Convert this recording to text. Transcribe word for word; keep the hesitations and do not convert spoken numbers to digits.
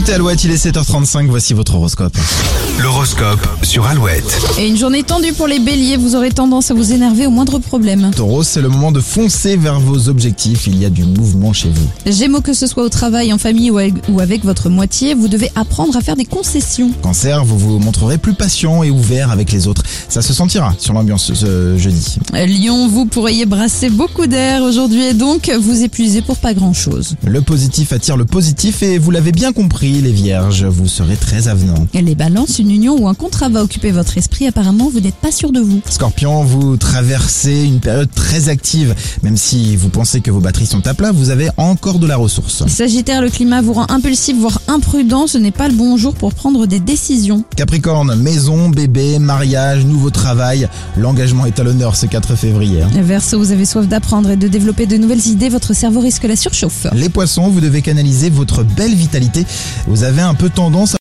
écoutez Alouette, il est sept heures trente-cinq, voici votre horoscope. L'horoscope sur Alouette. Et une journée tendue pour les béliers, vous aurez tendance à vous énerver au moindre problème. Taureau, c'est le moment de foncer vers vos objectifs, il y a du mouvement chez vous. Gémeaux, que ce soit au travail, en famille ou avec, ou avec votre moitié, vous devez apprendre à faire des concessions. Cancer, vous vous montrerez plus patient et ouvert avec les autres. Ça se sentira sur l'ambiance ce jeudi. Lion, vous pourriez brasser beaucoup d'air aujourd'hui et donc vous épuiser pour pas grand chose. Le positif attire le positif et vous l'avez bien compris, les vierges, vous serez très avenants. Les balances, une union ou un contrat va occuper votre esprit, apparemment vous n'êtes pas sûr de vous. Scorpion, vous traversez une période très active. Même si vous pensez que vos batteries sont à plat, vous avez encore de la ressource. Sagittaire, le climat vous rend impulsif, voire imprudent, ce n'est pas le bon jour pour prendre des décisions. Capricorne, maison, bébé, mariage, nouveau travail, l'engagement est à l'honneur ce quatre février. Verseau, vous avez soif d'apprendre et de développer de nouvelles idées, votre cerveau risque la surchauffe. Les poissons, vous devez canaliser votre belle vitalité. Vous avez un peu tendance à